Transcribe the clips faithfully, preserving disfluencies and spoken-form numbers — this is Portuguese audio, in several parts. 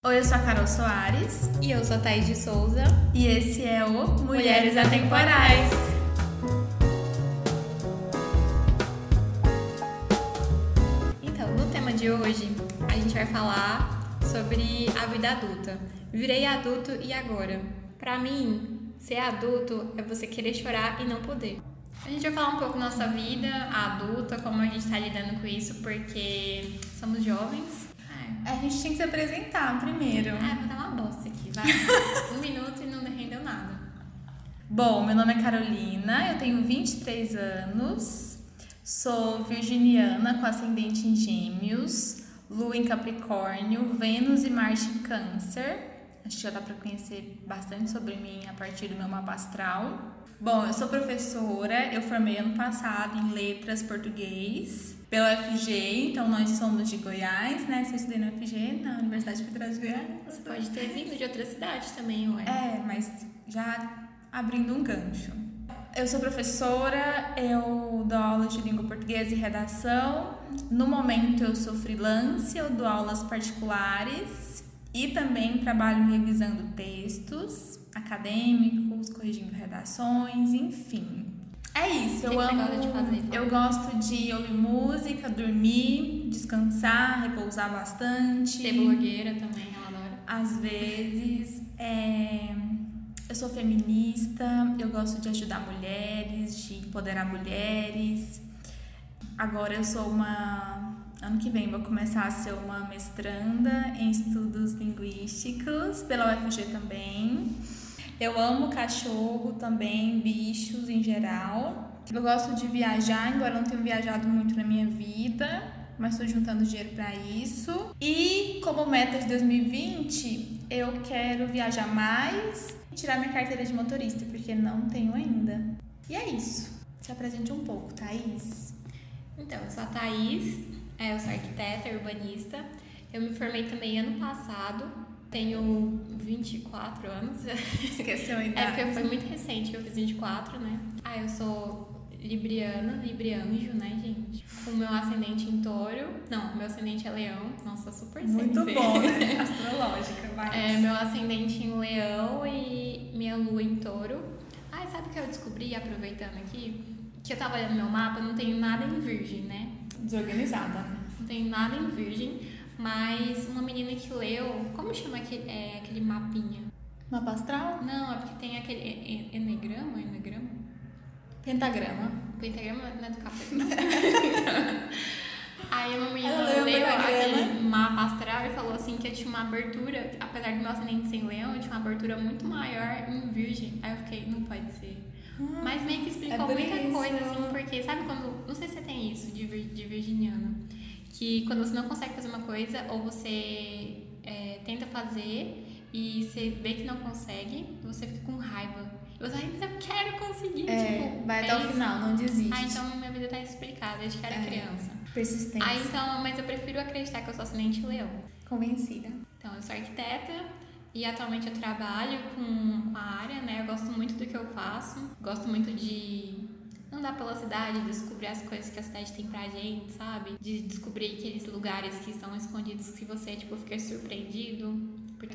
Oi, eu sou a Carol Soares. E eu sou a Thaís de Souza. E esse é o Mulheres Atemporais. Então, no tema de hoje, a gente vai falar sobre a vida adulta. Virei adulto e agora? Pra mim, ser adulto é você querer chorar e não poder. A gente vai falar um pouco da nossa vida adulta, como a gente tá lidando com isso, porque somos jovens. A gente tinha que se apresentar primeiro. Ah, vou dar uma bosta aqui, vai. Um minuto e não rendeu nada. Bom, meu nome é Carolina, eu tenho vinte e três anos, sou virginiana com ascendente em Gêmeos, Lua em Capricórnio, Vênus e Marte em Câncer. Acho que já dá pra conhecer bastante sobre mim a partir do meu mapa astral. Bom, eu sou professora, eu formei ano passado em Letras Português pela U F G, então nós somos de Goiás, né? Eu estudei na U F G, na Universidade Federal de Goiás. Você pode ter vindo de outra cidade também, ué. É, mas já abrindo um gancho. Eu sou professora, eu dou aulas de língua portuguesa e redação. No momento eu sou freelance, eu dou aulas particulares e também trabalho revisando textos acadêmicos, corrigindo redações, enfim. É isso, eu que amo. Que você gosta de fazer, eu gosto de ouvir música, dormir, descansar, repousar bastante. Ser blogueira também, eu adoro. Às vezes, é... eu sou feminista, eu gosto de ajudar mulheres, de empoderar mulheres. Agora eu sou uma... Ano que vem vou começar a ser uma mestranda em estudos linguísticos pela U F G também. Eu amo cachorro também, bichos em geral. Eu gosto de viajar, embora eu não tenha viajado muito na minha vida, mas estou juntando dinheiro para isso. E como meta de dois mil e vinte, eu quero viajar mais e tirar minha carteira de motorista, porque não tenho ainda. E é isso. Se apresente um pouco, Thaís. Então, eu sou a Thaís, eu sou arquiteta, urbanista. Eu me formei também ano passado. Tenho vinte e quatro anos. Esqueceu a idade. É porque foi muito recente que eu fiz vinte e quatro, né? Ah, eu sou libriana, librianjo, né, gente? Com meu ascendente em touro. Não, meu ascendente é leão. Nossa, super muito sensei. bom, né? Astrológica, vai. É, meu ascendente em leão e minha lua em touro. Ah, sabe o que eu descobri, aproveitando aqui? Que eu tava olhando meu mapa, não tenho nada em virgem, né? Desorganizada. Não tenho nada em virgem. Mas uma menina que leu, como chama aquele, é, aquele mapinha? Mapa astral? Não, é porque tem aquele enegrama, enegrama? Pentagrama. Pentagrama não é do capeta, não. Aí uma menina Ela leu leu aquele pentagrama. mapa astral e falou assim que eu tinha uma abertura, apesar do meu ascendente ser em leão, eu tinha uma abertura muito maior em virgem. Aí eu fiquei, não pode ser. Hum, Mas meio que explicou é muita isso. coisa, assim, porque sabe quando, não sei se você tem isso de, vir, de virginiana, que quando você não consegue fazer uma coisa, ou você é, tenta fazer e você vê que não consegue, você fica com raiva. E você ainda quero conseguir, É, tipo, vai até é o isso. final, não desiste. Ah, então minha vida tá explicada desde que era É. criança. Persistência. Ah, então, mas eu prefiro acreditar que eu sou ascendente leão. Convencida. Então, eu sou arquiteta e atualmente eu trabalho com, com a área, né? Eu gosto muito do que eu faço, gosto muito de andar pela cidade, descobrir as coisas que a cidade tem pra gente, sabe? De descobrir aqueles lugares que estão escondidos que você, tipo, fica surpreendido. Porque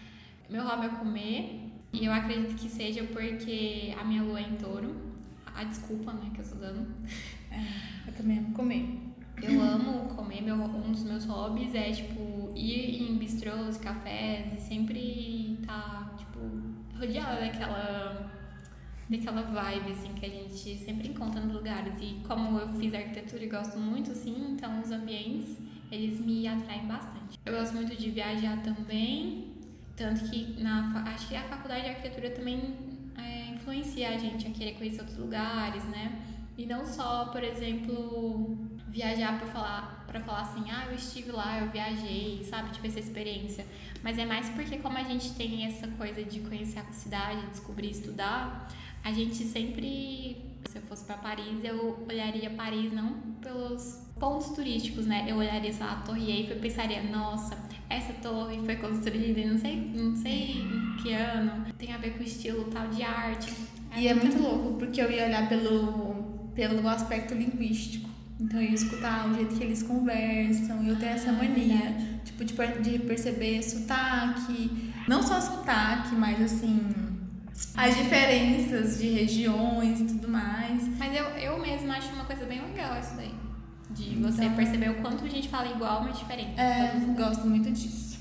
meu hobby é comer e eu acredito que seja porque a minha lua é em touro. A desculpa, né, que eu tô dando. É, eu também amo comer. Eu amo comer, meu, um dos meus hobbies é, tipo, ir em bistrôs, cafés e sempre tá, tipo, rodeada daquela... daquela vibe, assim, que a gente sempre encontra nos lugares. E como eu fiz arquitetura e gosto muito, assim, então os ambientes, eles me atraem bastante. Eu gosto muito de viajar também, tanto que na, acho que a faculdade de arquitetura também é, influencia a gente a querer conhecer outros lugares, né? E não só, por exemplo, viajar pra falar, pra falar assim, ah, eu estive lá, eu viajei, sabe? Tive essa experiência. Mas é mais porque como a gente tem essa coisa de conhecer a cidade, descobrir, estudar, a gente sempre, se eu fosse pra Paris, eu olharia Paris não pelos pontos turísticos, né? Eu olharia, sei lá, a Torre Eiffel e pensaria, nossa, essa torre foi construída em não sei, não sei em que ano, tem a ver com o estilo tal de arte. E é muito louco, porque eu ia olhar pelo, pelo aspecto linguístico. Então eu ia escutar o jeito que eles conversam, eu tenho essa mania Tipo, de, per- de perceber sotaque, não só sotaque, mas assim, as diferenças de regiões e tudo mais. Mas eu, eu mesma acho uma coisa bem legal isso daí. De você Então- perceber o quanto a gente fala igual, mas diferente. É, Então, gosto muito disso.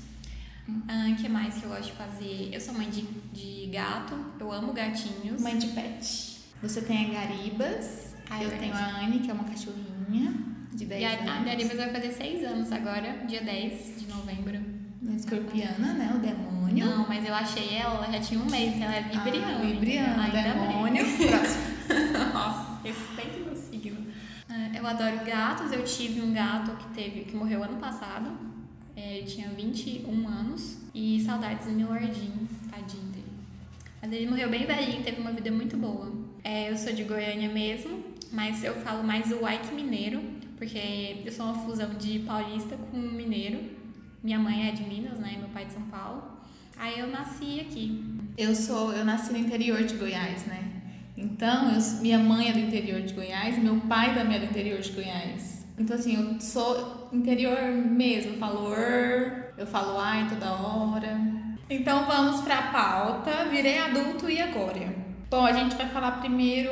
O que mais que eu gosto de fazer? Eu sou mãe de, de gato, eu amo gatinhos. Mãe de pet. Você tem a Garibas, Ah, é eu verdade. tenho a Anne, que é uma cachorrinha de dez E a, anos. a Garibas vai fazer seis anos agora, dia dez de novembro. Uma escorpiana, né? O demônio. Não, mas eu achei ela, ela já tinha um mês, então ela é libriana. Ah, libriana, ainda demônio. bem. Próximo. Nossa, respeito meu signo. Ah, Eu adoro gatos, eu tive um gato que teve que morreu ano passado. É, Ele tinha vinte e um anos. E saudades do meu lordinho, tadinho dele. Mas ele morreu bem velhinho, teve uma vida muito boa. É, eu sou de Goiânia mesmo, mas eu falo mais o Ike mineiro, porque eu sou uma fusão de paulista com mineiro. Minha mãe é de Minas, né? Meu pai é de São Paulo. Aí eu nasci aqui. Eu sou, eu nasci no interior de Goiás, né? Então, eu, minha mãe é do interior de Goiás, meu pai também é do interior de Goiás. Então, assim, eu sou interior mesmo, eu falo er, eu falo ai toda hora. Então, vamos pra pauta. Virei adulto e agora? Bom, a gente vai falar primeiro.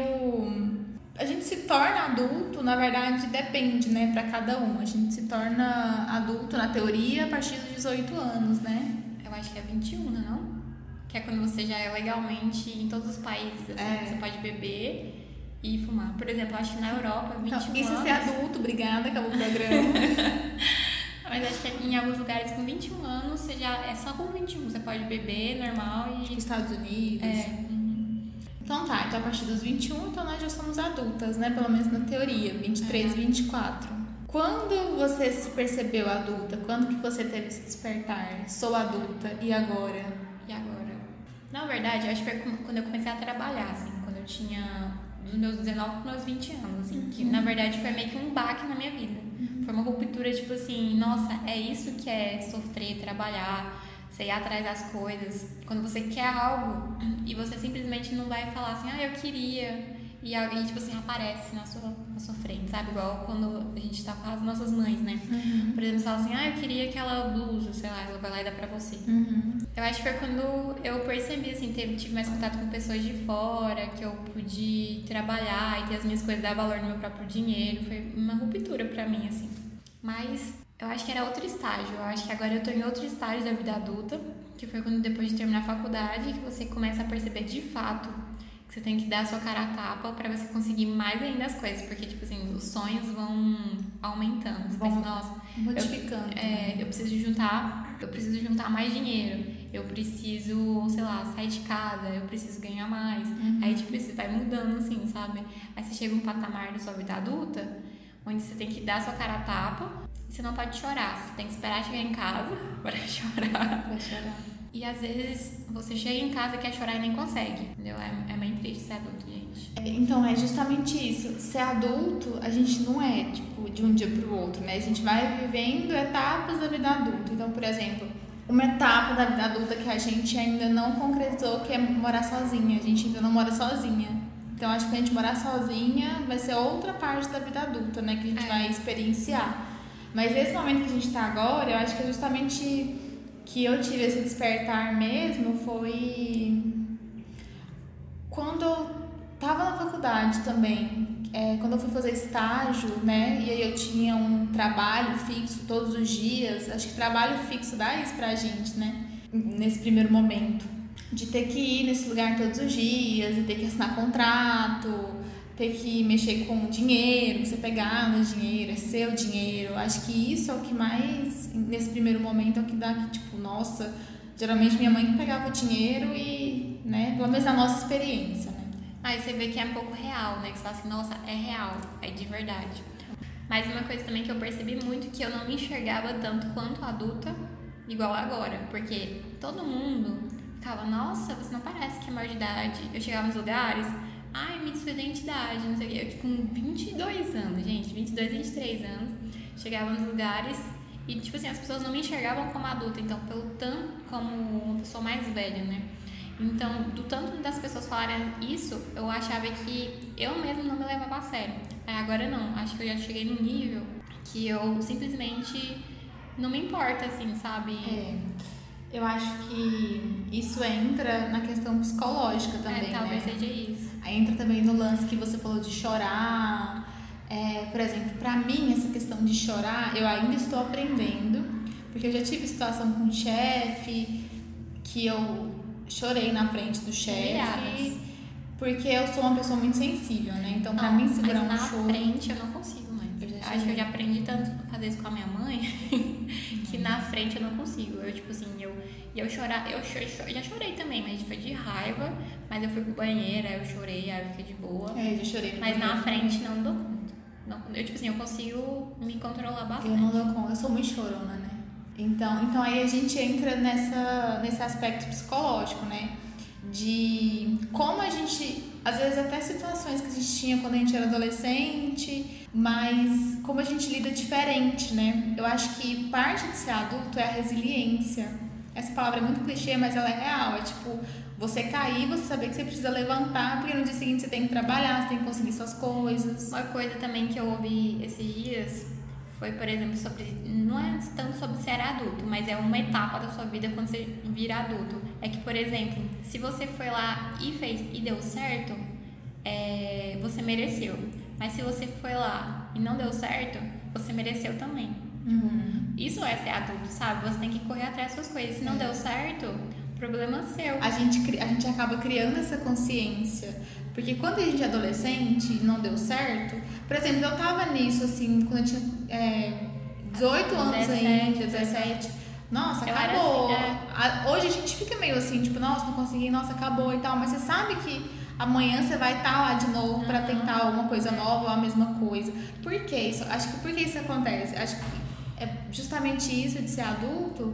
A gente se torna adulto, na verdade, depende, né, pra cada um. A gente se torna adulto, na teoria, a partir dos dezoito anos, né? Eu acho que é vinte e um, não é não? Que é quando você já é legalmente em todos os países, assim, É. você pode beber e fumar. Por exemplo, acho que na Europa, vinte e um Então, isso é anos. ser adulto, obrigada, acabou o programa. Mas acho que em alguns lugares com vinte e um anos, você já é só com vinte e um, você pode beber normal e. Tipo, Estados Unidos. É. uhum. Então tá, então a partir dos vinte e um, então nós já somos adultas, né? Pelo menos na teoria, vinte e três, É. vinte e quatro. Quando você se percebeu adulta? Quando que você teve esse despertar? Sou adulta, e agora? E agora? Na verdade, eu acho que foi quando eu comecei a trabalhar, assim, quando eu tinha dos meus dezenove para meus vinte anos, assim, que na verdade foi meio que um baque na minha vida. Foi uma ruptura, tipo assim, nossa, é isso que é sofrer, trabalhar, você ir atrás das coisas. Quando você quer algo e você simplesmente não vai falar assim, ah, eu queria, e alguém, tipo assim, aparece na sua, na sua frente, sabe? Igual quando a gente tá com as nossas mães, né? Uhum. Por exemplo, você fala assim, ah, eu queria aquela blusa, sei lá, ela vai lá e dá pra você. Uhum. Eu acho que foi quando eu percebi, assim, teve, tive mais contato com pessoas de fora, que eu pude trabalhar e ter as minhas coisas, dar valor no meu próprio dinheiro. Foi uma ruptura pra mim, assim. Mas eu acho que era outro estágio. Eu acho que agora eu tô em outro estágio da vida adulta, que foi quando depois de terminar a faculdade, que você começa a perceber de fato que você tem que dar a sua cara a tapa pra você conseguir mais ainda as coisas. Porque, tipo assim, os sonhos vão aumentando. Você Vão pensa, nossa, Modificando. é, eu preciso juntar, eu preciso juntar mais dinheiro, eu preciso, sei lá, sair de casa, eu preciso ganhar mais. Uhum. Aí tipo, você vai mudando assim, sabe? Aí você chega um patamar da sua vida adulta, onde você tem que dar sua cara a tapa, e você não pode chorar, você tem que esperar chegar em casa para chorar. Vai chorar. E às vezes você chega em casa, quer chorar e nem consegue, entendeu? É, é bem triste ser adulto, gente. Então, é justamente isso. Ser adulto, a gente não é, tipo, de um dia pro outro, né? A gente vai vivendo etapas da vida adulta. Então, por exemplo, uma etapa da vida adulta que a gente ainda não concretizou, que é morar sozinha. A gente ainda não mora sozinha. Então, acho que a gente morar sozinha vai ser outra parte da vida adulta, né? Que a gente É. vai experienciar. Mas esse momento que a gente tá agora, eu acho que é justamente que eu tive esse despertar mesmo foi quando eu tava na faculdade também, é, quando eu fui fazer estágio, né, e aí eu tinha um trabalho fixo todos os dias. Acho que trabalho fixo dá isso pra gente, né, nesse primeiro momento, de ter que ir nesse lugar todos os dias, e ter que assinar contrato, ter que mexer com dinheiro, você pegar no dinheiro, é seu dinheiro. Acho que isso é o que mais, nesse primeiro momento, é o que dá que, tipo, nossa, geralmente minha mãe que pegava o dinheiro e, né, pelo menos na nossa experiência, né. Aí você vê que é um pouco real, né? Que você fala assim, nossa, é real, é de verdade. Mas uma coisa também que eu percebi muito, que eu não me enxergava tanto quanto adulta, igual agora. Porque todo mundo ficava, nossa, você não parece que é maior de idade. Eu chegava nos lugares, ai, me diz sua identidade, não sei o quê. Eu, com vinte e dois anos, gente, vinte e dois, vinte e três anos, chegava nos lugares e, tipo assim, as pessoas não me enxergavam como adulta, então, pelo tanto, como uma pessoa mais velha, né? Então, do tanto das pessoas falarem isso, eu achava que eu mesmo não me levava a sério. Aí agora não, acho que eu já cheguei num nível que eu simplesmente não me importa, assim, sabe? É. Eu acho que isso entra na questão psicológica também, é, talvez né? seja isso. Aí entra também no lance que você falou de chorar. É, por exemplo, pra mim, essa questão de chorar, eu ainda estou aprendendo, porque eu já tive situação com o chefe, que eu chorei na frente do chefe, porque eu sou uma pessoa muito sensível, né? Então, pra não, mim, segurar mas um na choro... frente eu não consigo mais. Eu já Acho que eu já aprendi tanto a fazer isso com a minha mãe, que na frente eu não consigo. Eu, tipo assim, eu... E eu chorar, eu, cho, eu já chorei também, mas foi de raiva, mas eu fui pro banheiro, aí eu chorei, aí eu fiquei de boa. É, eu já chorei no Mas banheiro. na frente não dou conta. Não, eu, tipo assim, eu consigo me controlar bastante. Eu não dou conta, eu sou muito chorona, né? Então, então aí a gente entra nessa, nesse aspecto psicológico, né? De como a gente, às vezes até situações que a gente tinha quando a gente era adolescente, mas como a gente lida diferente, né? Eu acho que parte de ser adulto é a resiliência. Essa palavra é muito clichê, mas ela é real. É tipo, você cair, você saber que você precisa levantar, porque no dia seguinte você tem que trabalhar, você tem que conseguir suas coisas. Uma coisa também que eu ouvi esses dias foi, por exemplo, sobre... Não é tanto sobre ser adulto, mas é uma etapa da sua vida quando você vira adulto. É que, por exemplo, se você foi lá e fez e deu certo, é, você mereceu. Mas se você foi lá e não deu certo, você mereceu também. Uhum. Isso é ser adulto, sabe? Você tem que correr atrás das suas coisas. Se não deu certo, problema seu. A gente, a gente acaba criando essa consciência. Porque quando a gente é adolescente e não deu certo... Por exemplo, eu tava nisso, assim, quando eu tinha é, dezoito anos ainda, dezessete. Nossa, eu acabou. Assim, é. Hoje a gente fica meio assim, tipo, nossa, não consegui, nossa, acabou e tal. Mas você sabe que amanhã você vai estar lá de novo pra tentar alguma coisa nova ou a mesma coisa. Por que isso? Acho que por que isso acontece? Acho que é justamente isso de ser adulto,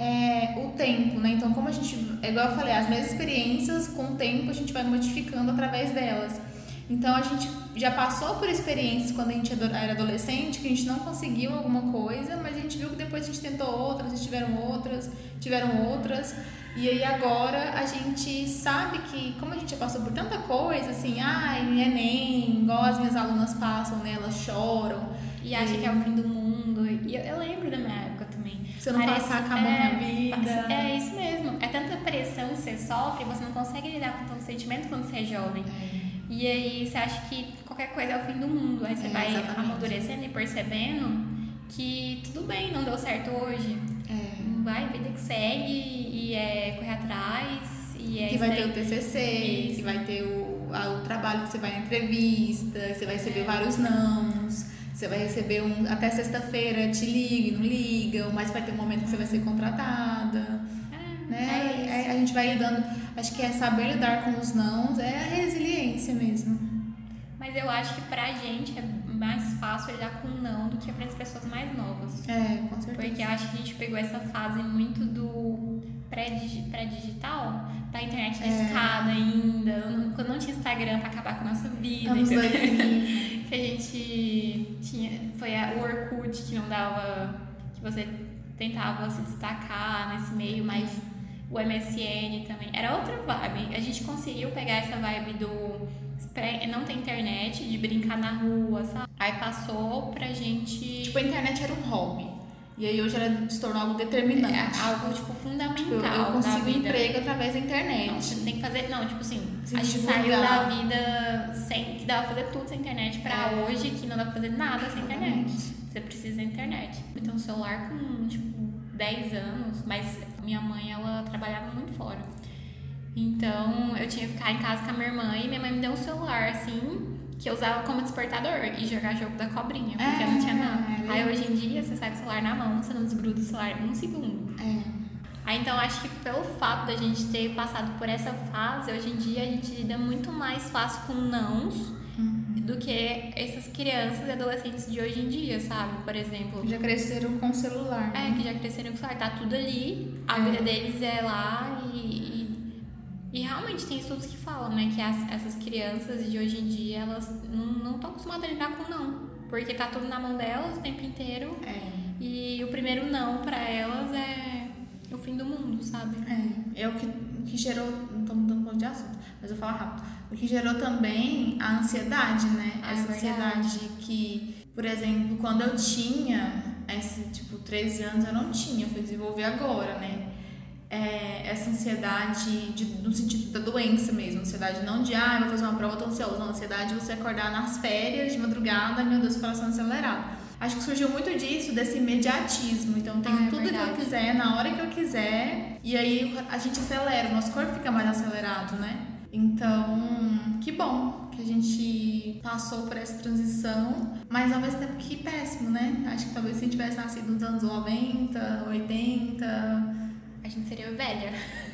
é o tempo, né? Então, como a gente, é igual eu falei, as mesmas experiências, com o tempo a gente vai modificando através delas. Então, a gente já passou por experiências quando a gente era adolescente, que a gente não conseguiu alguma coisa, mas a gente viu que depois a gente tentou outras, e tiveram outras, tiveram outras. E aí agora a gente sabe que, como a gente já passou por tanta coisa, assim, ai, Enem, igual as minhas alunas passam, né? Elas choram. E acha que é o fim do mundo. E eu, eu lembro da minha época também. Se eu não Parece, passar, acabou é, a vida. É isso mesmo. É tanta pressão que você sofre, você não consegue lidar com tanto sentimento quando você é jovem. É. E aí você acha que qualquer coisa é o fim do mundo. Aí você É, vai exatamente. amadurecendo e percebendo que tudo bem, não deu certo hoje. É. Vai, vida que segue e é correr atrás. E é Que vai isso ter daí. o T C C, Isso. que vai ter o, a- o trabalho que você vai na entrevista, que você vai receber vários nãos, você vai receber um. Até sexta-feira te liga, não liga, mas vai ter um momento que você vai ser contratada. É, Né? é isso. É, a gente vai lidando. Acho que é saber lidar com os nãos, é a resiliência mesmo. Mas eu acho que pra gente é mais fácil lidar com não do que para as pessoas mais novas. É, com certeza. Porque eu acho que a gente pegou essa fase muito do pré-digi- pré-digital, da internet de É. escada ainda, não- quando não tinha Instagram pra acabar com a nossa vida. Anos entendeu? dois mil. Que a gente tinha. Foi a, o Orkut que não dava. Que você tentava se destacar nesse meio, mas o M S N também. Era outra vibe. A gente conseguiu pegar essa vibe do pré- não ter internet, de brincar na rua, sabe? Aí passou pra gente. Tipo, a internet era um hobby. E aí hoje ela se tornou algo determinante. É algo, tipo, fundamental Tipo, eu, eu consigo da vida. emprego através da internet. Não, você tem que fazer... Não, tipo assim, Se a gente divulgar. saiu da vida sem... Que dava pra fazer tudo sem internet pra É. hoje, que não dá pra fazer nada sem internet. Exatamente. Você precisa da internet. Então, celular com, tipo, dez anos, mas minha mãe, ela trabalhava muito fora. Então, eu tinha que ficar em casa com a minha irmã e minha mãe me deu um celular, assim... Que eu usava como despertador e jogar jogo da cobrinha, porque É, não tinha nada. é. Aí hoje em dia você sai com o celular na mão, você não desgruda o celular um segundo. É. Aí então acho que pelo fato da gente ter passado por essa fase, hoje em dia a gente lida muito mais fácil com nãos do que essas crianças e adolescentes de hoje em dia, sabe? Por exemplo. Já cresceram com celular. É, né? que já cresceram com o celular, tá tudo ali, a É. vida deles é lá e, e, e realmente tem estudos que falam, né, que as- essas crianças de hoje em dia, elas não estão acostumadas a lidar com não, porque tá tudo na mão delas o tempo inteiro É. e o primeiro não pra elas é o fim do mundo, sabe? É, é o que, o que gerou, não estou mudando muito de assunto, mas eu vou falar rápido. O que gerou também a ansiedade, né? Ah, Essa é verdade. ansiedade que, por exemplo, quando eu tinha esse, tipo, treze anos eu não tinha, eu fui desenvolver agora, né? É, essa ansiedade de, no sentido da doença mesmo, ansiedade não de, ah, eu vou fazer uma prova, tô ansiosa, não, ansiedade de você acordar nas férias, de madrugada, meu Deus, coração acelerado. Acho que surgiu muito disso, desse imediatismo, então eu tenho ah, é tudo verdade. que eu quiser, na hora que eu quiser, e aí a gente acelera, o nosso corpo fica mais acelerado, né? Então, que bom que a gente passou por essa transição, mas ao mesmo tempo que péssimo, né? Acho que talvez se a gente tivesse nascido nos anos noventa, oitenta... A gente seria velha.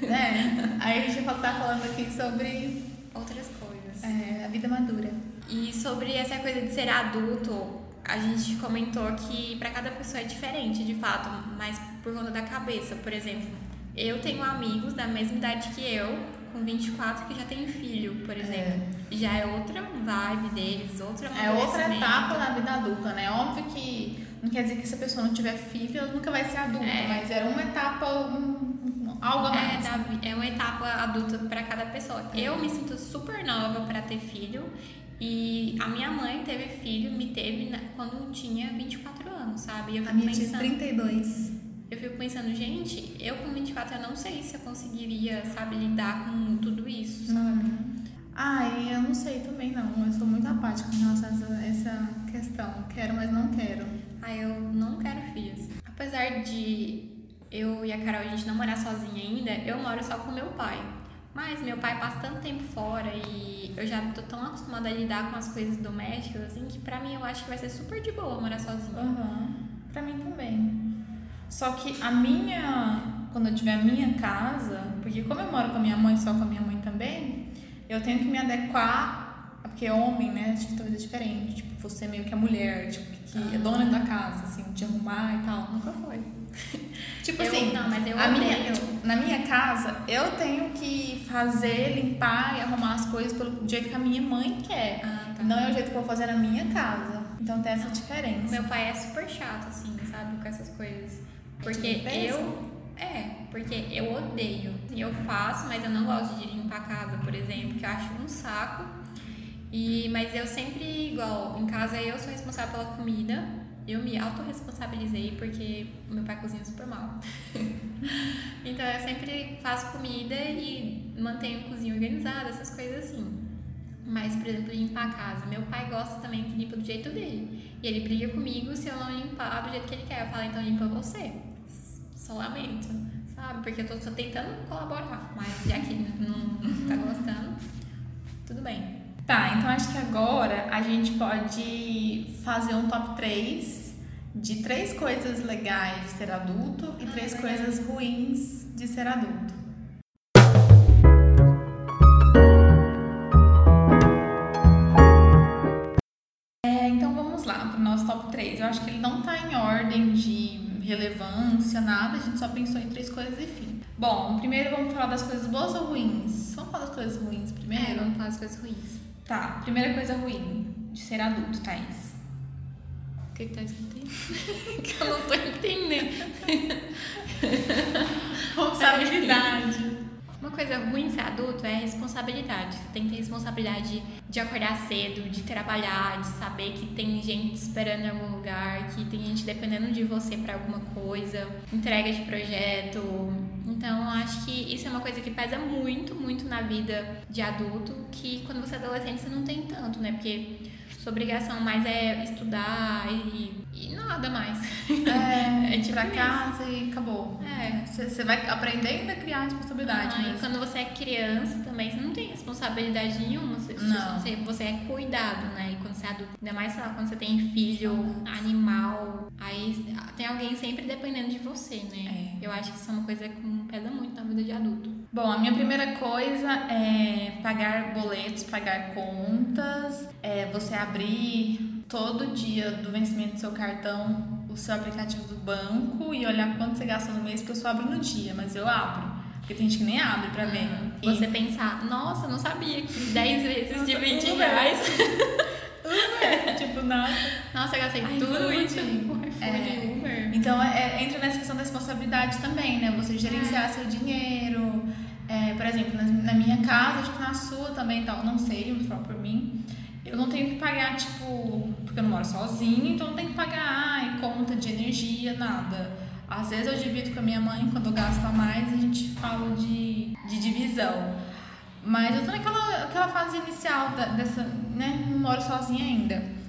É, aí a gente vai estar falando aqui sobre Outras coisas. é, a vida madura. E sobre essa coisa de ser adulto, a gente comentou que pra cada pessoa é diferente, de fato, mas por conta da cabeça. Por exemplo, eu tenho amigos da mesma idade que eu, com vinte e quatro, que já tem filho, por exemplo. É. Já é outra vibe deles, outra É outra etapa na vida adulta, né? Óbvio que não quer dizer que se a pessoa não tiver filho, ela nunca vai ser adulta, é. Mas era uma etapa, um, um, algo a mais. É, da, é uma etapa adulta pra cada pessoa. É. Eu me sinto super nova pra ter filho. E a minha mãe teve filho, me teve quando tinha vinte e quatro anos, sabe? Eu a minha tinha trinta e dois. Eu fico pensando, gente, eu com vinte e quatro eu não sei se eu conseguiria, sabe, lidar com tudo isso, sabe? Uhum. Ai, eu não sei também não. Eu sou muito apática em relação a essa questão. Quero, mas não quero. Ah, eu não quero filhos. Apesar de eu e a Carol, a gente não morar sozinha ainda, eu moro só com meu pai. Mas meu pai passa tanto tempo fora e eu já tô tão acostumada a lidar com as coisas domésticas, assim, que pra mim eu acho que vai ser super de boa morar sozinha. Uhum. Pra mim também. Só que a minha... Quando eu tiver a minha casa... Porque como eu moro com a minha mãe, só com a minha mãe também, eu tenho que me adequar... Porque homem, né? Tipo, talvez é diferente. Tipo, você meio que é mulher, tipo, que uhum. é dona da casa, assim, de arrumar e tal. Nunca foi. Tipo eu, assim, não, mas eu a minha, tipo, na minha casa, eu tenho que fazer, limpar e arrumar as coisas pelo jeito que a minha mãe quer. Ah, tá. Não é o jeito que eu vou fazer na minha casa. Então tem essa não. diferença. Meu pai é super chato, assim, sabe? Com essas coisas. Porque eu... É, porque eu odeio. Eu faço, mas eu não gosto de limpar a casa, por exemplo, que eu acho um saco. E, mas eu sempre, igual, em casa eu sou responsável pela comida. Eu me autorresponsabilizei porque o meu pai cozinha super mal. Então eu sempre faço comida e mantenho a cozinha organizada, essas coisas assim. Mas, por exemplo, limpar a casa. Meu pai gosta também que limpa do jeito dele. E ele briga comigo se eu não limpar do jeito que ele quer. Eu falo, então limpa você. Só lamento, sabe? Porque eu tô só tentando colaborar. Mas já que não tá gostando, tudo bem. Tá, então acho que agora a gente pode fazer um top três de três coisas legais de ser adulto e três ah, coisas ruins de ser adulto. É, então vamos lá para o nosso top três. Eu acho que ele não tá em ordem de relevância, nada, a gente só pensou em três coisas e fim. Bom, primeiro vamos falar das coisas boas ou ruins? Vamos falar das coisas ruins primeiro? É, vamos falar das coisas ruins. Tá, primeira coisa ruim de ser adulto, Thaís. O que que tá escrito aí? Que eu não tô entendendo. Responsabilidade. Uma coisa ruim de ser adulto é responsabilidade. Você tem que ter responsabilidade de acordar cedo, de trabalhar, de saber que tem gente esperando em algum lugar, que tem gente dependendo de você pra alguma coisa, entrega de projeto. Então, eu acho que isso é uma coisa que pesa muito, muito na vida de adulto, que quando você é adolescente você não tem tanto, né? Porque sua obrigação mais é estudar e, e nada mais. É, é tipo pra casa e acabou. É. Você vai aprender ainda a criar responsabilidade. Ah, e quando você é criança também, você não tem responsabilidade nenhuma. Você, não. Você, você é cuidado, né? E quando você é adulto, ainda mais, sei lá, quando você tem filho, animal, aí tem alguém sempre dependendo de você, né? É. Eu acho que isso é uma coisa que pesa muito na vida de adulto. Bom, a minha primeira coisa é pagar boletos, pagar contas, é você abrir todo dia do vencimento do seu cartão o seu aplicativo do banco e olhar quanto você gasta no mês, porque eu só abro no dia, mas eu abro. Porque tem gente que nem abre pra ver. Uhum. E você pensar, nossa, não sabia que dez vezes de vinte reais. Uber. Tipo, nossa. Nossa, eu gastei Ai, tudo iFood. isso com iFood É. Uber. Então, é, entra nessa questão da responsabilidade também, né? Você gerenciar é. seu dinheiro. É, por exemplo, na, na minha casa, acho que na sua também, tal, não sei, vou falar por mim. eu não tenho que pagar, tipo, porque eu não moro sozinha, então não tenho que pagar ai, conta de energia, nada. Às vezes eu divido com a minha mãe, quando eu gasto a mais, a gente fala de, de divisão. Mas eu tô naquela aquela fase inicial da, dessa, né, não moro sozinha ainda.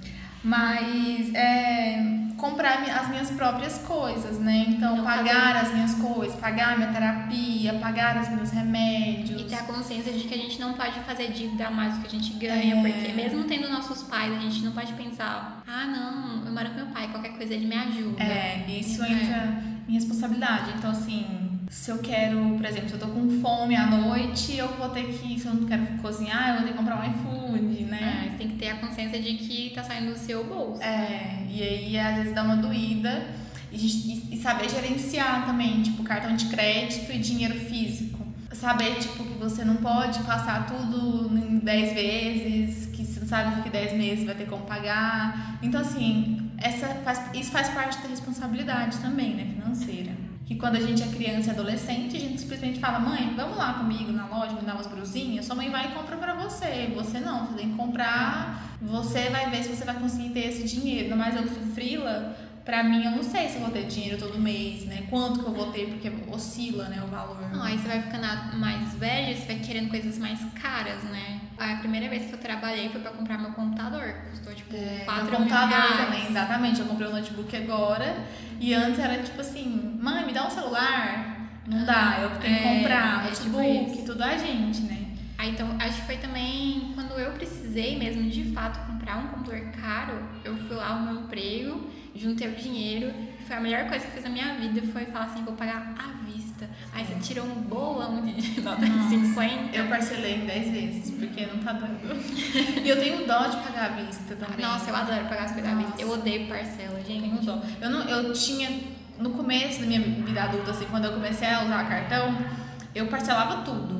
Mas é, comprar as minhas próprias coisas, né? Então, não pagar fazer... as minhas coisas, pagar a minha terapia, pagar os meus remédios. E ter a consciência de que a gente não pode fazer dívida a mais do que a gente ganha, é... porque mesmo tendo nossos pais, a gente não pode pensar, ah, não, eu moro com meu pai, qualquer coisa ele me ajuda. É, isso é. entra em responsabilidade. Então, assim, se eu quero, por exemplo, se eu tô com fome à noite, eu vou ter que, se eu não quero cozinhar, eu vou ter que comprar um iFood, né? É, você tem que ter a consciência de que tá saindo do seu bolso. É, e aí às vezes dá uma doída. E, e saber gerenciar também, tipo, cartão de crédito e dinheiro físico. Saber, tipo, que você não pode passar tudo em dez vezes, que você não sabe que daqui dez meses vai ter como pagar. Então, assim, essa faz, isso faz parte da responsabilidade também, né, financeira. Que quando a gente é criança e adolescente, a gente simplesmente fala, mãe, vamos lá comigo na loja, me dar umas brusinhas, sua mãe vai e compra pra você. Você não, você tem que comprar, você vai ver se você vai conseguir ter esse dinheiro. Ainda mais eu que sou frila, pra mim eu não sei se eu vou ter dinheiro todo mês, né? Quanto que eu vou ter, porque oscila, né, o valor. Não, aí você vai ficando mais velho, você vai querendo coisas mais caras, né? A primeira vez que eu trabalhei foi pra comprar meu computador. Custou, tipo, é, quatro mil computador reais. Também, exatamente. Eu comprei um notebook agora. E antes era tipo assim, mãe, me dá um celular. Não dá, eu tenho que comprar. É, notebook, é tipo tudo a gente, né? Aí, então, acho que foi também quando eu precisei mesmo, de fato, comprar um computador caro. Eu fui lá no meu emprego, juntei o dinheiro. Foi a melhor coisa que eu fiz na minha vida, foi falar assim, vou pagar à vista. Aí você tirou um bolão de nota de cinquenta. Eu parcelei em dez vezes, porque não tá dando. E eu tenho dó de pagar à vista também. Nossa, eu adoro pagar as coisas à vista. Eu odeio parcela, gente. Tenho dó. Eu, não, eu tinha, no começo da minha vida adulta, assim, quando eu comecei a usar cartão, eu parcelava tudo.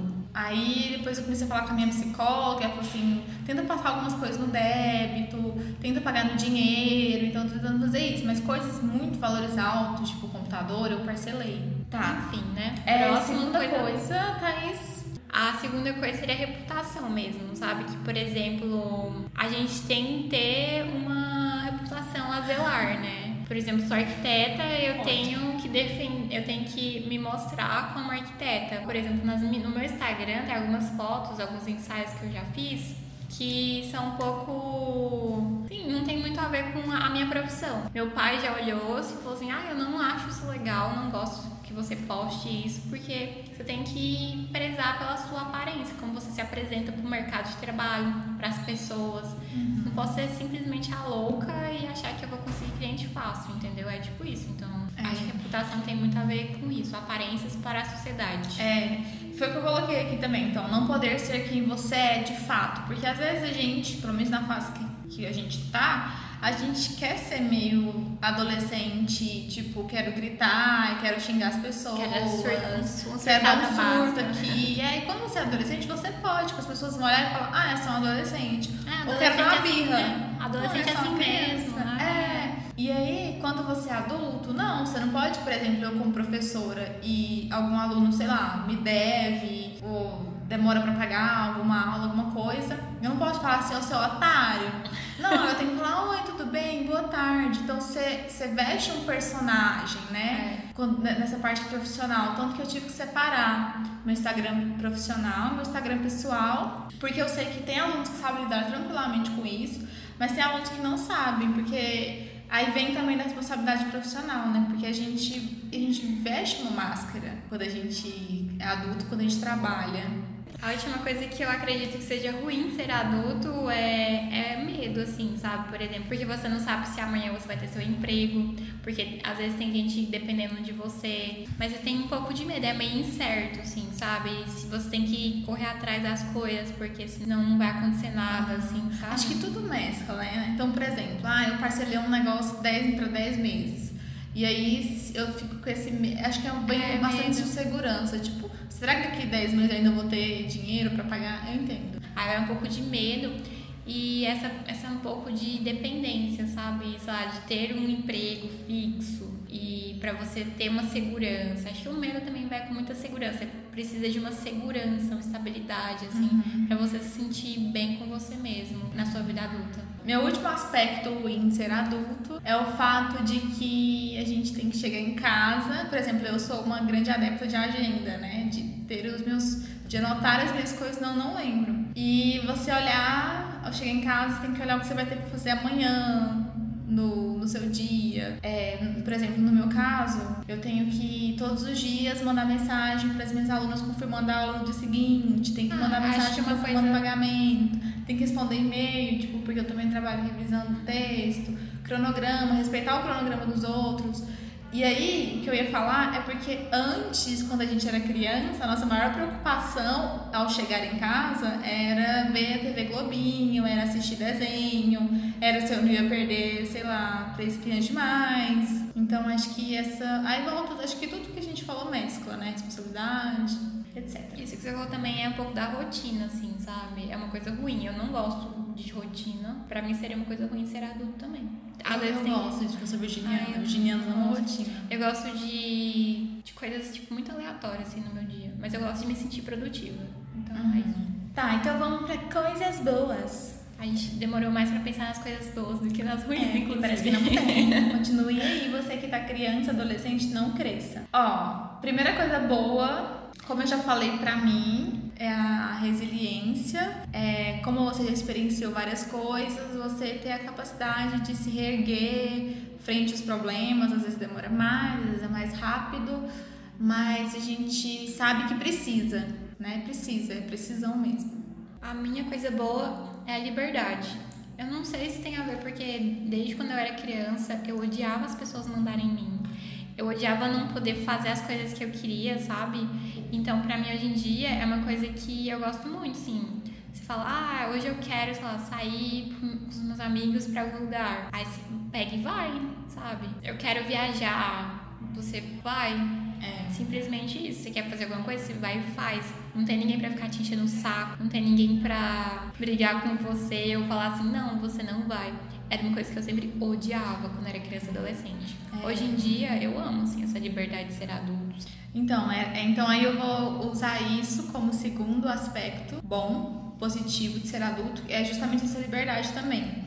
Aí depois eu comecei a falar com a minha psicóloga, ela falou assim, tenta passar algumas coisas no débito, tenta pagar no dinheiro, então eu tô tentando fazer isso, mas coisas muito valores altos, tipo computador, eu parcelei. Tá. Enfim, né? É, Próxima segunda coisa, coisa, Thaís. A segunda coisa seria a reputação mesmo, sabe? Que, por exemplo, a gente tem que ter uma reputação a zelar, né? Por exemplo, sou arquiteta, eu Pode. tenho que defender, eu tenho que me mostrar como arquiteta. Por exemplo, nas, no meu Instagram tem algumas fotos, alguns ensaios que eu já fiz que são um pouco... Sim, não tem muito a ver com a minha profissão. Meu pai já olhou e falou assim, ah, eu não acho isso legal, não gosto que você poste isso, porque você tem que prezar pela sua aparência, como você se apresenta para o mercado de trabalho, para as pessoas. Uhum. Não posso ser simplesmente a louca e achar que eu vou conseguir cliente fácil, entendeu? É tipo isso. Então, é. acho que a reputação tem muito a ver com isso, aparências para a sociedade. É, foi o que eu coloquei aqui também. Então, não poder ser quem você é de fato, porque às vezes a gente, pelo menos na fase que, que a gente tá, a gente quer ser meio adolescente, tipo, quero gritar, quero xingar as pessoas, quero dar um surto aqui. E aí, quando você é adolescente, você pode, porque as pessoas vão olhar e falar, ah, essa é uma adolescente. É, ou quero dar uma birra. Assim, né? Adolescente é assim mesmo. Né? É. E aí, quando você é adulto, não, você não pode, por exemplo, eu como professora e algum aluno, sei lá, me deve ou demora pra pagar alguma aula, alguma coisa, eu não posso falar assim, ô seu otário. Não, eu tenho que falar, oi, tudo bem? Boa tarde. Então, você, você veste um personagem, né? É. Nessa parte profissional. Tanto que eu tive que separar meu Instagram profissional, meu Instagram pessoal, porque eu sei que tem alunos que sabem lidar tranquilamente com isso, mas tem alunos que não sabem, porque aí vem também da responsabilidade profissional, né? Porque a gente, a gente veste uma máscara quando a gente é adulto, quando a gente trabalha. A última coisa que eu acredito que seja ruim ser adulto é, é medo, assim, sabe? Por exemplo, porque você não sabe se amanhã você vai ter seu emprego, porque às vezes tem gente dependendo de você, mas você tem um pouco de medo, é meio incerto, assim, sabe? Se você tem que correr atrás das coisas, porque senão não vai acontecer nada, assim, sabe? Acho que tudo mescla, né? Então, por exemplo, ah, eu parcelei um negócio dez para dez meses. E aí eu fico com esse... Acho que é, bem, é bastante de segurança. Tipo, será que daqui dez meses eu ainda vou ter dinheiro pra pagar? Eu entendo. Aí é um pouco de medo. E essa, essa um pouco de dependência, sabe? Sei lá, de ter um emprego fixo e pra você ter uma segurança. Acho que o medo também vai com muita segurança. Você precisa de uma segurança, uma estabilidade, assim, uhum. pra você se sentir bem com você mesmo na sua vida adulta. Meu último aspecto em ser adulto é o fato de que a gente tem que chegar em casa. Por exemplo, eu sou uma grande adepta de agenda, né? De ter os meus... de anotar as minhas coisas, não, não lembro. E você olhar, ao chegar em casa, você tem que olhar o que você vai ter que fazer amanhã, no, no seu dia. É, por exemplo, no meu caso, eu tenho que todos os dias mandar mensagem para as minhas alunas confirmando a aula no dia seguinte, tem que mandar ah, mensagem confirmando o pagamento, tem que responder e-mail, tipo, porque eu também trabalho revisando texto, cronograma, respeitar o cronograma dos outros. E aí, o que eu ia falar é porque antes, quando a gente era criança, a nossa maior preocupação ao chegar em casa era ver a T V Globinho, era assistir desenho, era se eu não ia perder, sei lá, Três Espiãs Demais. Então, acho que essa... Aí volta, acho que tudo que a gente falou mescla, né? Responsabilidade, etcétera. Isso que você falou também é um pouco da rotina, assim, sabe? É uma coisa ruim. Eu não gosto de rotina. Pra mim seria uma coisa ruim ser adulto também. Às vezes eu tem... gosto de ser virginiana. Ai, virginiana não rotina. Eu gosto de, de coisas, tipo, muito aleatórias, assim, no meu dia. Mas eu gosto de me sentir produtiva. Então, uhum. é isso. Tá, então vamos pra coisas boas. A gente demorou mais pra pensar nas coisas boas do que nas ruins, é, inclusive. Parece que não tem. Continue aí, você que tá criança, adolescente, não cresça. Ó, primeira coisa boa, como eu já falei pra mim, é a resiliência. É, como você já experienciou várias coisas, você ter a capacidade de se reerguer frente aos problemas. Às vezes demora mais, às vezes é mais rápido, mas a gente sabe que precisa, né? Precisa, é precisão mesmo. A minha coisa boa é a liberdade. Eu não sei se tem a ver porque desde quando eu era criança eu odiava as pessoas mandarem em mim. Eu odiava não poder fazer as coisas que eu queria, sabe? Então, pra mim, hoje em dia, é uma coisa que eu gosto muito, sim. Você fala, ah, hoje eu quero, sei lá, sair com os meus amigos pra algum lugar. Aí você pega e vai, sabe? Eu quero viajar, você vai. É simplesmente isso. Você quer fazer alguma coisa, você vai e faz. Não tem ninguém pra ficar te enchendo o saco, não tem ninguém pra brigar com você ou falar assim, não, você não vai. Era uma coisa que eu sempre odiava quando era criança e adolescente. É. Hoje em dia, eu amo, assim, essa liberdade de ser adulto. Então, é, é, então, aí eu vou usar isso como segundo aspecto bom, positivo de ser adulto, é justamente essa liberdade também.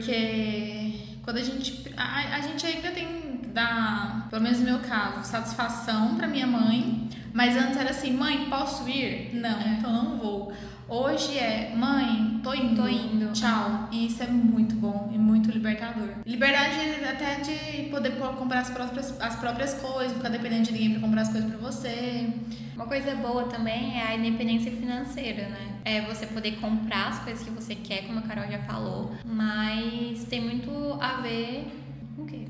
Porque quando a gente... A, a gente ainda tem que dar, pelo menos no meu caso, satisfação pra minha mãe, mas antes era assim, mãe, posso ir? Não, é. Então não vou. Hoje é, mãe, tô indo, tô indo. Tchau. E isso é muito bom e muito libertador. Liberdade até de poder comprar as próprias, as próprias coisas, ficar dependendo de ninguém pra comprar as coisas pra você. Uma coisa boa também é a independência financeira, né? É você poder comprar as coisas que você quer, como a Carol já falou, mas tem muito a ver com o quê?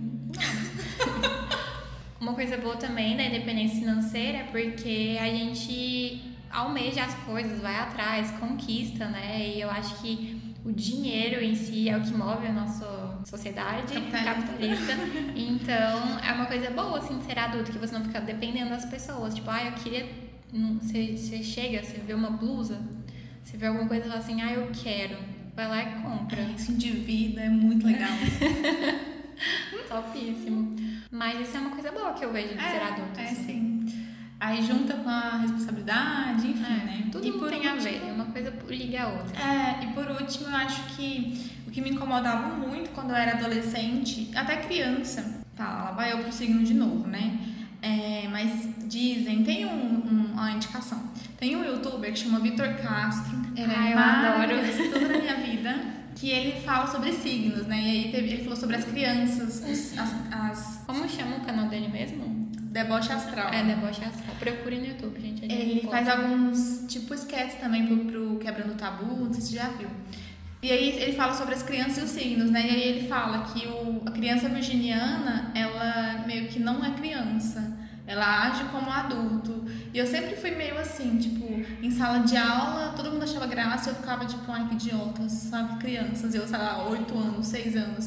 Uma coisa boa também da independência financeira é porque a gente almeja as coisas, vai atrás, conquista, né? E eu acho que o dinheiro em si é o que move a nossa sociedade capitalista. capitalista. Então, é uma coisa boa, assim, de ser adulto, que você não fica dependendo das pessoas. Tipo, ah, eu queria... Você, você chega, você vê uma blusa, você vê alguma coisa e fala assim, ah, eu quero. Vai lá e compra. É, isso endivida, é muito legal. Topíssimo. Mas isso é uma coisa boa que eu vejo de é, ser adulto. É, assim. sim. Aí junta com a responsabilidade, enfim, é, né? Tudo e por tem último, a ver, uma coisa liga a outra. É, e por último, eu acho que o que me incomodava muito quando eu era adolescente, até criança, tá, lá vai eu pro signo de novo, né? É, mas dizem, tem um, um, uma indicação, tem um youtuber que chama Vitor Castro, ele Ai, é eu maravilhoso, tudo na minha vida, que ele fala sobre signos, né? E aí teve, ele falou sobre as crianças, os, as, as... Como chama o canal dele mesmo? Deboche Astral. É, Deboche Astral. Procure no YouTube, gente. Ele faz alguns, tipo, sketches também pro, pro Quebrando o Tabu, não sei se você já viu. E aí ele fala sobre as crianças e os signos, né? E aí ele fala que o, a criança virginiana, ela meio que não é criança. Ela age como adulto. E eu sempre fui meio assim, tipo, em sala de aula, todo mundo achava graça e eu ficava tipo, ai, que idiotas, sabe? Crianças. Eu, sei lá, oito anos, seis anos.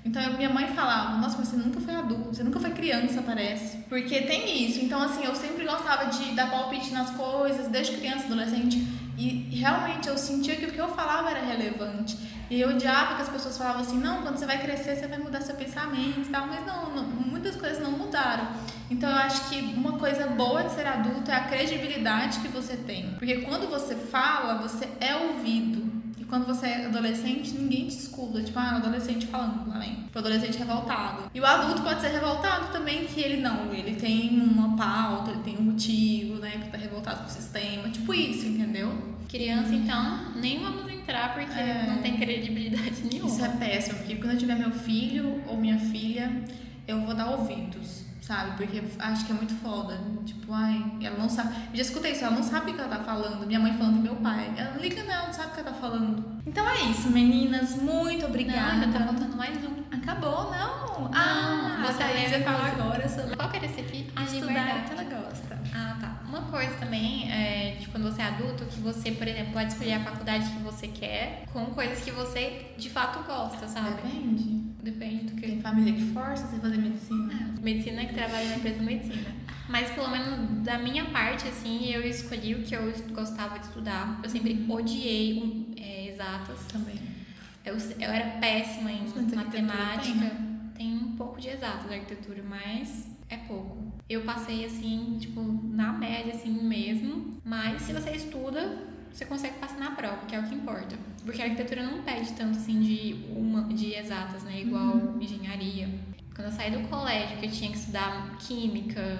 Então eu, minha mãe falava, nossa, mas você nunca foi adulto, você nunca foi criança, parece. Porque tem isso. Então assim, eu sempre gostava de dar palpite nas coisas, desde criança, adolescente. E realmente eu sentia que o que eu falava era relevante. E eu odiava que as pessoas falavam assim, não, quando você vai crescer, você vai mudar seu pensamento e tal. Mas não, não, muitas coisas não mudaram. Então eu acho que uma coisa boa de ser adulto é a credibilidade que você tem. Porque quando você fala, você é ouvido. E quando você é adolescente, ninguém te escuta. Tipo, ah, o adolescente falando também. O adolescente revoltado. E o adulto pode ser revoltado também, que ele não. Ele tem uma pauta, ele tem um motivo, né? Que tá revoltado com o sistema. Tipo isso, entendeu? Criança, então, nem vamos entrar porque É. não tem credibilidade nenhuma. Isso é péssimo, porque quando eu tiver meu filho ou minha filha, eu vou dar ouvidos, sabe? Porque acho que é muito foda. Tipo, ai, ela não sabe. Eu já escutei isso, ela não sabe o que ela tá falando. Minha mãe falando do meu pai. Ela não liga, não, ela não sabe o que ela tá falando. Então é isso, meninas. Muito obrigada. Não, ainda tá faltando mais um. Acabou, não? Não, Ah, você a Thaís vai falar agora sobre Qual que era esse aqui? A estudar liberdade. o que ela gosta. Ah, tá. Uma coisa também, é, de quando você é adulto, que você, por exemplo, pode escolher a faculdade que você quer com coisas que você de fato gosta, sabe? Depende. Depende do que. Tem família que força você fazer medicina. Medicina, que trabalha na empresa de medicina. Mas pelo menos da minha parte, assim, eu escolhi o que eu gostava de estudar. Eu sempre odiei um, é, exatas. Também. Eu, eu era péssima em Mas arquitetura matemática. tem, Tem um pouco de exatas na arquitetura, mas é pouco. Eu passei assim, tipo, na média, assim mesmo. Mas se você estuda, você consegue passar na prova, que é o que importa. Porque a arquitetura não pede tanto assim de, uma, de exatas, né? Igual Uhum. engenharia. Quando eu saí do colégio, que eu tinha que estudar química,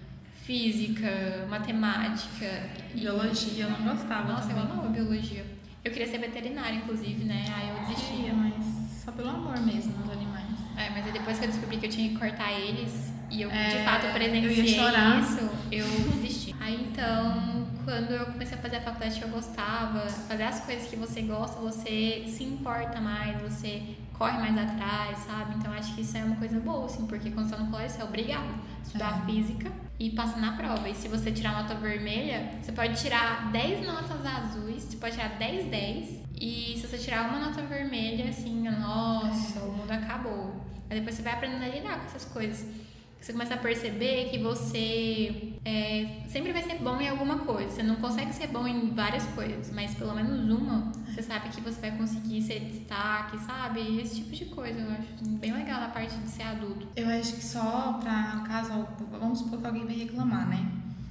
física, matemática. Biologia, eu não gostava. Nossa, eu também. amava biologia. Eu queria ser veterinária, inclusive, né? Aí eu desisti. Queria, mas só pelo amor mesmo dos animais. É, mas aí depois que eu descobri que eu tinha que cortar eles e eu É, de fato eu presenciei ia chorar. isso, eu desisti. Aí então, quando eu comecei a fazer a faculdade que eu gostava, fazer as coisas que você gosta, você se importa mais, você corre mais atrás, sabe? Então acho que isso é uma coisa boa, assim, porque quando você tá no colégio, você é obrigado a estudar É. física e passar na prova. E se você tirar nota vermelha, você pode tirar dez notas azuis, você pode tirar dez, dez. E se você tirar uma nota vermelha, assim, nossa, o mundo acabou. Aí depois você vai aprendendo a lidar com essas coisas. Você começa a perceber que você é, sempre vai ser bom em alguma coisa. Você não consegue ser bom em várias coisas, mas pelo menos uma, você sabe que você vai conseguir ser destaque, sabe? Esse tipo de coisa eu acho bem legal a parte de ser adulto. Eu acho que só pra caso, vamos supor que alguém vai reclamar, né?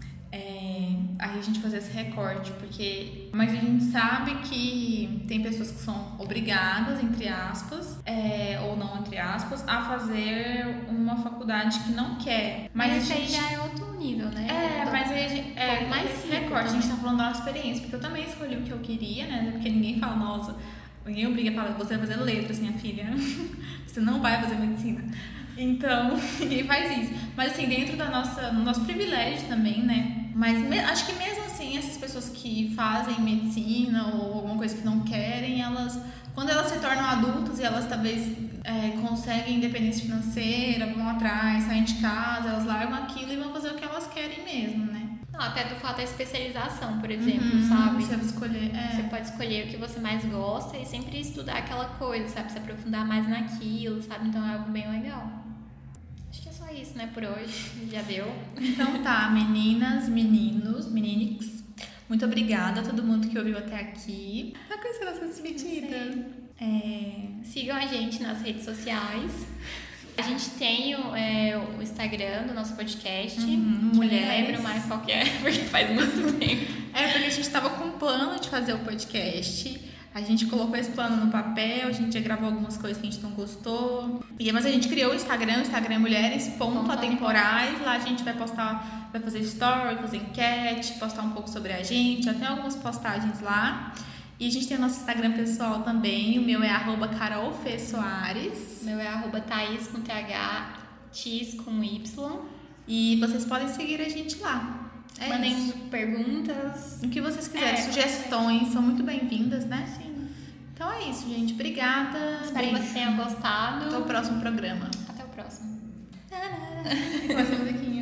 É, aí a gente fazer esse recorte, porque mas a gente sabe que tem pessoas que são obrigadas, entre aspas, é, ou não entre aspas, a fazer uma faculdade que não quer. Mas Mas isso a aí gente, já é outro nível, né? é, Então, mas aí a gente, é, pouco mais esse simples recorte, a gente também. tá falando da nossa experiência, porque eu também escolhi o que eu queria, né? Porque ninguém fala, nossa, ninguém obriga a falar, você vai fazer letras, minha filha. Você não vai fazer medicina. Então, ninguém faz isso. Mas assim, dentro da nossa, no nosso privilégio também, né? Mas me, acho que mesmo assim, essas pessoas que fazem medicina ou alguma coisa que não querem, elas, quando elas se tornam adultas e elas talvez é, conseguem independência financeira, vão atrás, saem de casa, elas largam aquilo e vão fazer o que elas querem mesmo, né? Não, até do fato da especialização, por exemplo, Uhum, sabe? Você vai escolher. Você É. pode escolher o que você mais gosta e sempre estudar aquela coisa, sabe? Se aprofundar mais naquilo, sabe? Então é algo bem legal. Acho que é só isso, né, por hoje. Já deu. Então tá, meninas, meninos, meninix. Muito obrigada a todo mundo que ouviu até aqui. Tá conhecendo essas metidas? É... Sigam a gente nas redes sociais. A gente tem o, é, o Instagram do nosso podcast. Uhum, que eu nem mulheres. lembro mais qual que é, porque faz muito tempo. É porque a gente tava com um plano de fazer o podcast. A gente colocou esse plano no papel, a gente já gravou algumas coisas que a gente não gostou. E, mas a gente criou o Instagram, o Instagram é mulheres ponto atemporais. Lá a gente vai postar, vai fazer story, fazer enquete, postar um pouco sobre a gente. Já tem algumas postagens lá. E a gente tem o nosso Instagram pessoal também. O meu é arroba Carol Fê Soares. Meu é arroba Thaís com T H, Tis com Y. E vocês podem seguir a gente lá. É Mandem isso. perguntas. O que vocês quiserem, É, sugestões são muito bem-vindas, né? Sim. Então é isso, gente. Obrigada. Espero que vocês tenham gostado. Até o próximo programa. Até o próximo. Começa a musiquinha.